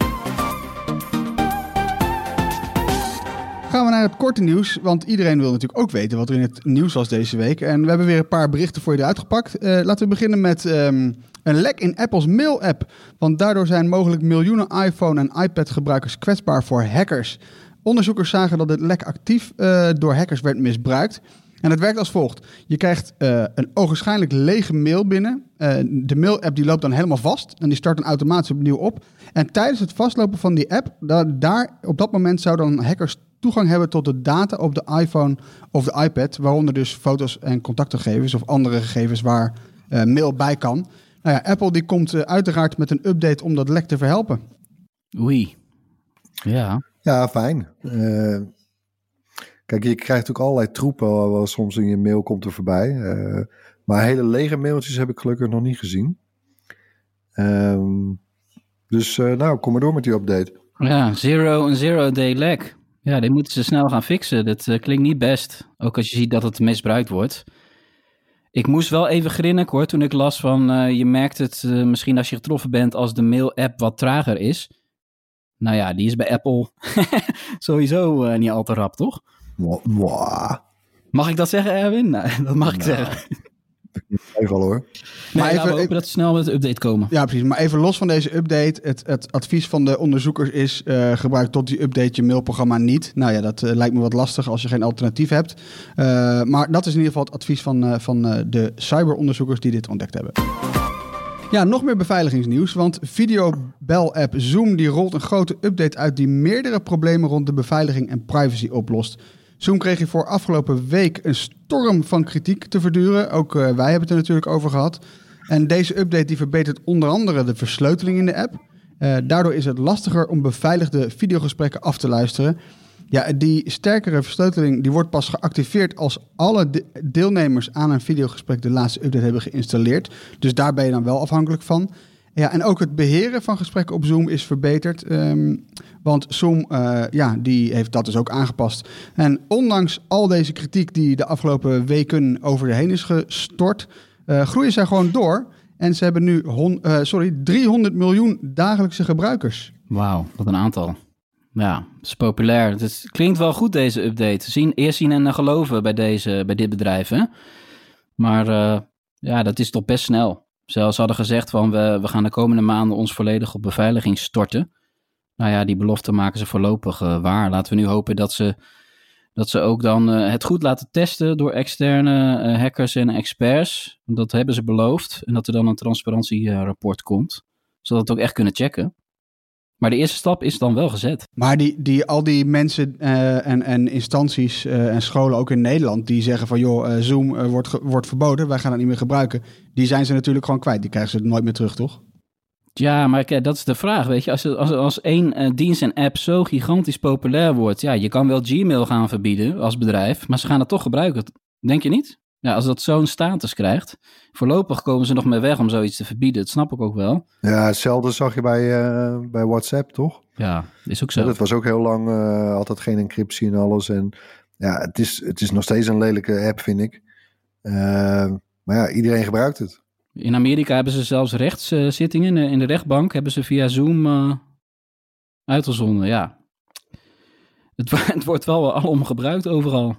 Gaan we naar het korte nieuws, want iedereen wil natuurlijk ook weten wat er in het nieuws was deze week. En we hebben weer een paar berichten voor je eruit gepakt. Uh, laten we beginnen met um, een lek in Apple's mail-app. Want daardoor zijn mogelijk miljoenen iPhone- en iPad-gebruikers kwetsbaar voor hackers. Onderzoekers zagen dat het lek actief uh, door hackers werd misbruikt. En het werkt als volgt. Je krijgt uh, een ogenschijnlijk lege mail binnen. Uh, de mail-app die loopt dan helemaal vast. En die start dan automatisch opnieuw op. En tijdens het vastlopen van die app, da- daar op dat moment zouden hackers toegang hebben tot de data op de iPhone of de iPad. Waaronder dus foto's en contactgegevens of andere gegevens waar uh, mail bij kan. Nou ja, Apple die komt uh, uiteraard met een update om dat lek te verhelpen. Oei. Ja. Ja, fijn. Uh, kijk, je krijgt ook allerlei troepen wat soms in je mail komt er voorbij. Uh, maar hele lege mailtjes heb ik gelukkig nog niet gezien. Um, dus uh, nou, kom maar door met die update. Ja, zero, een zero-day lag. Ja, dit moeten ze snel gaan fixen. Dat uh, klinkt niet best. Ook als je ziet dat het misbruikt wordt. Ik moest wel even grinniken hoor, toen ik las van... Uh, je merkt het uh, misschien als je getroffen bent als de mail-app wat trager is. Nou ja, die is bij Apple sowieso uh, niet al te rap, toch? Wow. Mag ik dat zeggen, Erwin? Nou, dat mag ik nou, zeggen. Even al hoor. Nee, Maar maar even- even, hopen dat ze snel met de update komen. Ja, precies. Maar even los van deze update. Het, het advies van de onderzoekers is... Uh, gebruik tot die update je mailprogramma niet. Nou ja, dat uh, lijkt me wat lastig als je geen alternatief hebt. Uh, maar dat is in ieder geval het advies van, uh, van uh, de cyberonderzoekers die dit ontdekt hebben. Ja, nog meer beveiligingsnieuws. Want videobel-app Zoom die rolt een grote update uit... die meerdere problemen rond de beveiliging en privacy oplost. Zoom kreeg je voor afgelopen week een storm van kritiek te verduren. Ook uh, wij hebben het er natuurlijk over gehad. En deze update die verbetert onder andere de versleuteling in de app. Uh, daardoor is het lastiger om beveiligde videogesprekken af te luisteren. Ja, die sterkere versleuteling die wordt pas geactiveerd als alle de- deelnemers aan een videogesprek de laatste update hebben geïnstalleerd. Dus daar ben je dan wel afhankelijk van. Ja, en ook het beheren van gesprekken op Zoom is verbeterd. Um, want Zoom, uh, ja, die heeft dat dus ook aangepast. En ondanks al deze kritiek die de afgelopen weken over je heen is gestort, uh, groeien zij gewoon door. En ze hebben nu hon, uh, sorry, driehonderd miljoen dagelijkse gebruikers. Wauw, wat een aantal. Ja, het is populair. Het klinkt wel goed, deze update. Zien, eerst zien en geloven bij, deze, bij dit bedrijf, hè? Maar uh, ja, dat is toch best snel. Zelfs hadden gezegd van we, we gaan de komende maanden ons volledig op beveiliging storten. Nou ja, die belofte maken ze voorlopig uh, waar. Laten we nu hopen dat ze, dat ze ook dan uh, het goed laten testen door externe uh, hackers en experts. Dat hebben ze beloofd. En dat er dan een transparantierapport komt. Zodat we het ook echt kunnen checken. Maar de eerste stap is dan wel gezet. Maar die, die, al die mensen uh, en, en instanties uh, en scholen ook in Nederland die zeggen van joh, uh, Zoom uh, wordt, ge, wordt verboden, wij gaan het niet meer gebruiken. Die zijn ze natuurlijk gewoon kwijt. Die krijgen ze nooit meer terug, toch? Ja, maar kijk, dat is de vraag, weet je. Als, als, als één uh, dienst en app zo gigantisch populair wordt, ja, je kan wel Gmail gaan verbieden als bedrijf, maar ze gaan het toch gebruiken. Denk je niet? Ja, als dat zo'n status krijgt, voorlopig komen ze nog mee weg om zoiets te verbieden. Dat snap ik ook wel. Ja, hetzelfde zag je bij, uh, bij WhatsApp, toch? Ja, is ook zo. Ja, dat was ook heel lang, uh, altijd geen encryptie en alles. En ja, het is, het is nog steeds een lelijke app, vind ik. Uh, maar ja, iedereen gebruikt het. In Amerika hebben ze zelfs rechtszittingen. In de rechtbank hebben ze via Zoom uh, uitgezonden, ja. Het, het wordt wel alom gebruikt overal.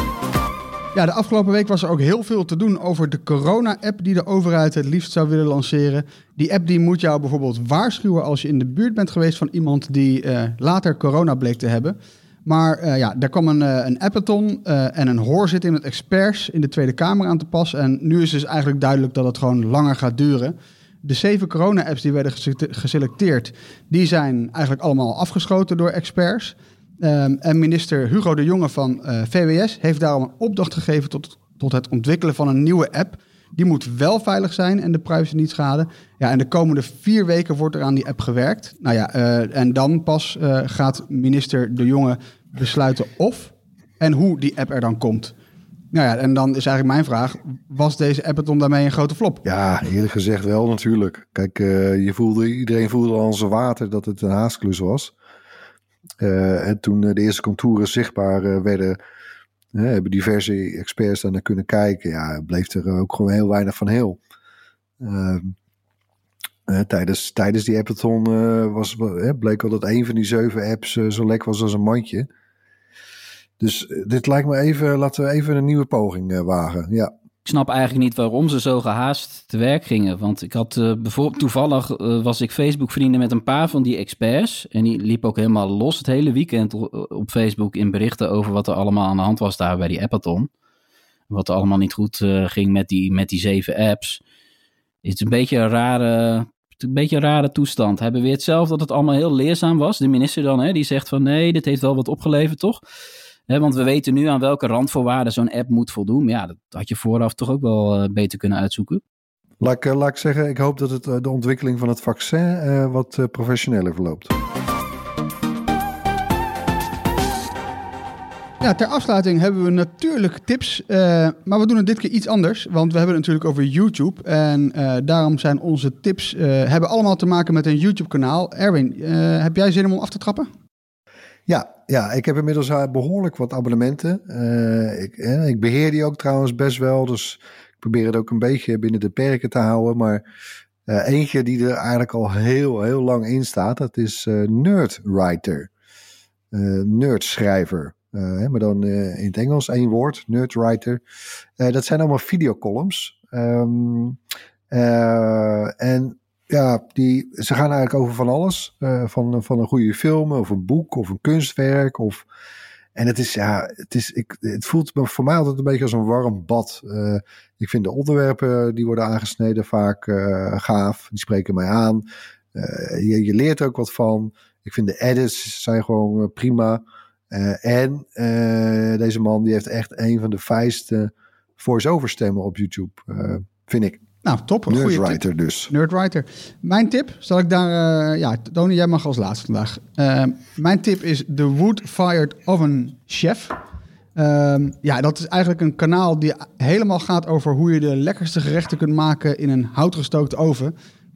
Ja, de afgelopen week was er ook heel veel te doen over de corona-app die de overheid het liefst zou willen lanceren. Die app die moet jou bijvoorbeeld waarschuwen als je in de buurt bent geweest van iemand die uh, later corona bleek te hebben. Maar uh, ja, daar kwam een, uh, een appathon uh, en een hoorzitting met experts in de Tweede Kamer aan te pas. En nu is dus eigenlijk duidelijk dat het gewoon langer gaat duren. De zeven corona-apps die werden geselecteerd, die zijn eigenlijk allemaal afgeschoten door experts. Um, en minister Hugo de Jonge van uh, V W S heeft daarom een opdracht gegeven tot, tot het ontwikkelen van een nieuwe app. Die moet wel veilig zijn en de privacy niet schaden. Ja, en de komende vier weken wordt er aan die app gewerkt. Nou ja, uh, en dan pas uh, gaat minister de Jonge besluiten of en hoe die app er dan komt. Nou ja, en dan is eigenlijk mijn vraag, was deze appathon daarmee een grote flop? Ja, eerlijk gezegd wel natuurlijk. Kijk, uh, je voelde, iedereen voelde al zijn water dat het een haasklus was. Uh, en toen de eerste contouren zichtbaar uh, werden, uh, hebben diverse experts daar naar kunnen kijken. Ja, bleef er ook gewoon heel weinig van heel. Uh, uh, tijdens, tijdens die appathon uh, was, uh, bleek al dat een van die zeven apps uh, zo lek was als een mandje. Dus uh, dit lijkt me even, laten we even een nieuwe poging uh, wagen. Ja. Ik snap eigenlijk niet waarom ze zo gehaast te werk gingen. Want ik had uh, bijvoorbeeld toevallig uh, was ik Facebook vrienden met een paar van die experts. En die liep ook helemaal los het hele weekend op Facebook in berichten over wat er allemaal aan de hand was daar bij die appathon. Wat er allemaal niet goed uh, ging met die, met die zeven apps. Het is een beetje een rare, een beetje een rare toestand. Hij beweert zelf dat het allemaal heel leerzaam was. De minister dan, hè, die zegt van nee, dit heeft wel wat opgeleverd, toch? He, want we weten nu aan welke randvoorwaarden zo'n app moet voldoen. Maar ja, dat had je vooraf toch ook wel uh, beter kunnen uitzoeken. Laat ik, uh, laat ik zeggen, ik hoop dat het, uh, de ontwikkeling van het vaccin uh, wat uh, professioneler verloopt. Ja, ter afsluiting hebben we natuurlijk tips. Uh, maar we doen het dit keer iets anders. Want we hebben het natuurlijk over YouTube. En uh, daarom zijn onze tips uh, hebben allemaal te maken met een YouTube-kanaal. Erwin, uh, heb jij zin om af te trappen? Ja, ja, ik heb inmiddels behoorlijk wat abonnementen. Uh, ik, eh, ik beheer die ook trouwens best wel. Dus ik probeer het ook een beetje binnen de perken te houden. Maar uh, eentje die er eigenlijk al heel, heel lang in staat, dat is uh, Nerdwriter. Uh, nerdschrijver. Uh, maar dan uh, in het Engels één woord, Nerdwriter. Uh, dat zijn allemaal videocolumns. Um, uh, en... Ja, die, ze gaan eigenlijk over van alles. Uh, van, van een goede film, of een boek, of een kunstwerk. Of, en het is, ja, het is, ik, het voelt voor mij altijd een beetje als een warm bad. Uh, ik vind de onderwerpen die worden aangesneden vaak uh, gaaf. Die spreken mij aan. Uh, je, je leert er ook wat van. Ik vind de edits zijn gewoon uh, prima. Uh, en uh, deze man die heeft echt een van de fijnste voice-over stemmen op YouTube. Uh, vind ik. Nou, top. Een Nerdwriter dus. Nerdwriter. Mijn tip, zal ik daar... Uh, ja, Tony, jij mag als laatste vandaag. Uh, mijn tip is de Wood-Fired Oven Chef. Um, ja, dat is eigenlijk een kanaal die helemaal gaat over hoe je de lekkerste gerechten kunt maken in een houtgestookte oven.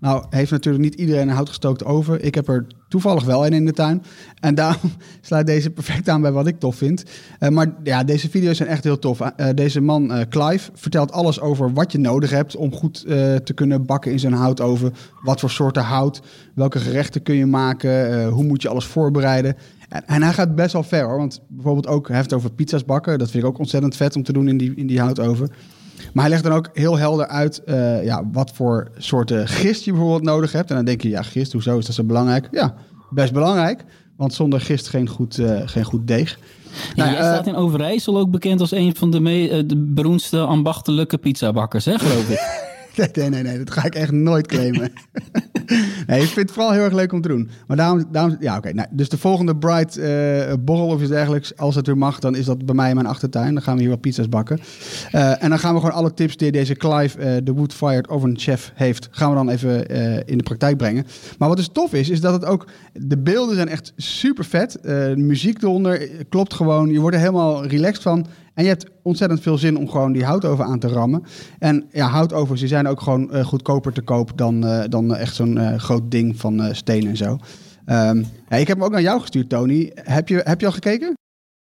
Nou, heeft natuurlijk niet iedereen een houtgestookte oven. Ik heb er toevallig wel een in de tuin. En daarom sluit deze perfect aan bij wat ik tof vind. Uh, maar ja, deze video's zijn echt heel tof. Uh, deze man, uh, Clive, vertelt alles over wat je nodig hebt om goed uh, te kunnen bakken in zo'n houtoven. Wat voor soorten hout, welke gerechten kun je maken, uh, hoe moet je alles voorbereiden. En, en hij gaat best wel ver hoor. Want bijvoorbeeld ook, hij heeft het over pizza's bakken. Dat vind ik ook ontzettend vet om te doen in die, in die houtoven. Maar hij legt dan ook heel helder uit uh, ja, wat voor soorten gist je bijvoorbeeld nodig hebt. En dan denk je, ja, gist, hoezo is dat zo belangrijk? Ja, best belangrijk, want zonder gist geen goed, uh, geen goed deeg. Ja, nou, jij uh, staat in Overijssel ook bekend als een van de, me- uh, de beroemdste ambachtelijke pizzabakkers, hè, geloof ik. Nee, nee, nee, nee, dat ga ik echt nooit claimen. Nee, ik vind het vooral heel erg leuk om te doen. Maar daarom, daarom ja, oké. Okay, nou, dus de volgende Bright uh, borrel of iets dergelijks, als het weer mag, dan is dat bij mij in mijn achtertuin. Dan gaan we hier wat pizza's bakken. Uh, en dan gaan we gewoon alle tips die deze Clive, uh, de Wood-Fired Oven Chef, heeft, gaan we dan even uh, in de praktijk brengen. Maar wat dus tof is, is dat het ook, de beelden zijn echt super vet. Uh, de muziek eronder klopt gewoon. Je wordt er helemaal relaxed van. En je hebt ontzettend veel zin om gewoon die houtoven aan te rammen. En ja, houtovens die zijn ook gewoon uh, goedkoper te koop dan, uh, dan echt zo'n uh, groot ding van uh, steen en zo. Um, ja, ik heb hem ook naar jou gestuurd, Tony. Heb je, heb je al gekeken?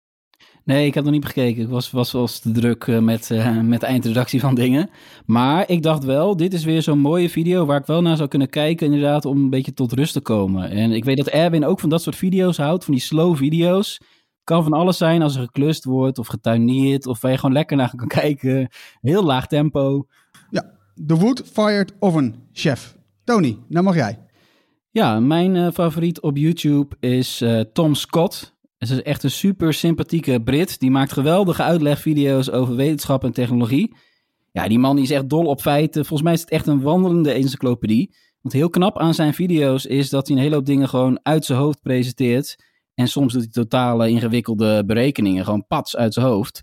Nee, ik heb nog niet gekeken. Ik was, was wel eens te druk uh, met, uh, met de eindredactie van dingen. Maar ik dacht wel, dit is weer zo'n mooie video waar ik wel naar zou kunnen kijken, inderdaad, om een beetje tot rust te komen. En ik weet dat Erwin ook van dat soort video's houdt, van die slow video's. Kan van alles zijn als er geklust wordt of getuineerd of waar je gewoon lekker naar kan kijken. Heel laag tempo. Ja, de Wood-Fired Oven Chef. Tony, nou mag jij. Ja, mijn uh, favoriet op YouTube is uh, Tom Scott. Het is echt een super sympathieke Brit. Die maakt geweldige uitlegvideo's over wetenschap en technologie. Ja, die man die is echt dol op feiten. Volgens mij is het echt een wandelende encyclopedie. Want heel knap aan zijn video's is dat hij een hele hoop dingen gewoon uit zijn hoofd presenteert. En soms doet hij totale ingewikkelde berekeningen, gewoon pats uit zijn hoofd.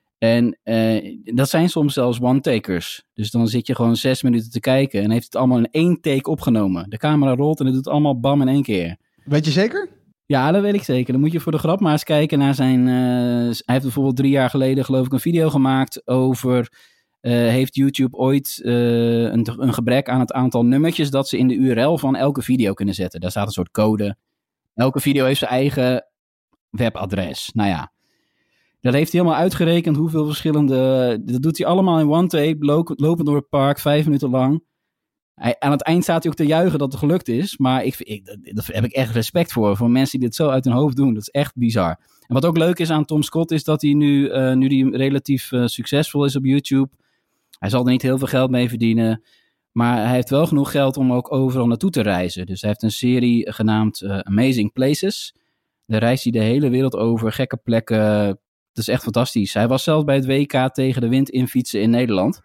En uh, dat zijn soms zelfs one-takers. Dus dan zit je gewoon zes minuten te kijken en heeft het allemaal in één take opgenomen. De camera rolt en het doet allemaal bam in één keer. Weet je zeker? Ja, dat weet ik zeker. Dan moet je voor de grap maar eens kijken naar zijn... Uh, hij heeft bijvoorbeeld drie jaar geleden geloof ik een video gemaakt over... Uh, heeft YouTube ooit uh, een, een gebrek aan het aantal nummertjes dat ze in de U R L van elke video kunnen zetten. Daar staat een soort code. Elke video heeft zijn eigen webadres. Nou ja, dat heeft hij helemaal uitgerekend hoeveel verschillende... Dat doet hij allemaal in one take, lopend door het park, vijf minuten lang. Hij, aan het eind staat hij ook te juichen dat het gelukt is. Maar ik, ik, daar heb ik echt respect voor. Voor mensen die dit zo uit hun hoofd doen. Dat is echt bizar. En wat ook leuk is aan Tom Scott is dat hij nu, uh, nu hij relatief uh, succesvol is op YouTube... Hij zal er niet heel veel geld mee verdienen... Maar hij heeft wel genoeg geld om ook overal naartoe te reizen. Dus hij heeft een serie genaamd uh, Amazing Places. Daar reist hij de hele wereld over, gekke plekken. Dat is echt fantastisch. Hij was zelfs bij het W K tegen de wind in fietsen in Nederland.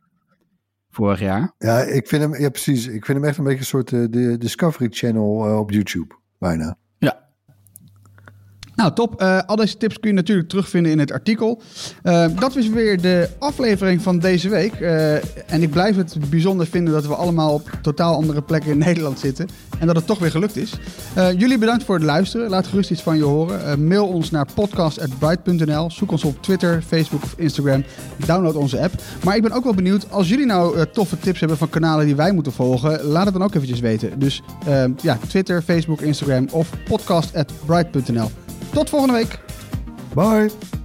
Vorig jaar. Ja, ik vind hem, ja precies. Ik vind hem echt een beetje een soort uh, de Discovery Channel uh, op YouTube. Bijna. Ja. Nou, top. Uh, al deze tips kun je natuurlijk terugvinden in het artikel. Uh, dat was weer de aflevering van deze week. Uh, en ik blijf het bijzonder vinden dat we allemaal op totaal andere plekken in Nederland zitten. En dat het toch weer gelukt is. Uh, jullie bedankt voor het luisteren. Laat gerust iets van je horen. Uh, mail ons naar podcast at bright punt n l. Zoek ons op Twitter, Facebook of Instagram. Download onze app. Maar ik ben ook wel benieuwd, als jullie nou uh, toffe tips hebben van kanalen die wij moeten volgen, laat het dan ook eventjes weten. Dus uh, ja, Twitter, Facebook, Instagram of podcast at bright punt n l. Tot volgende week. Bye.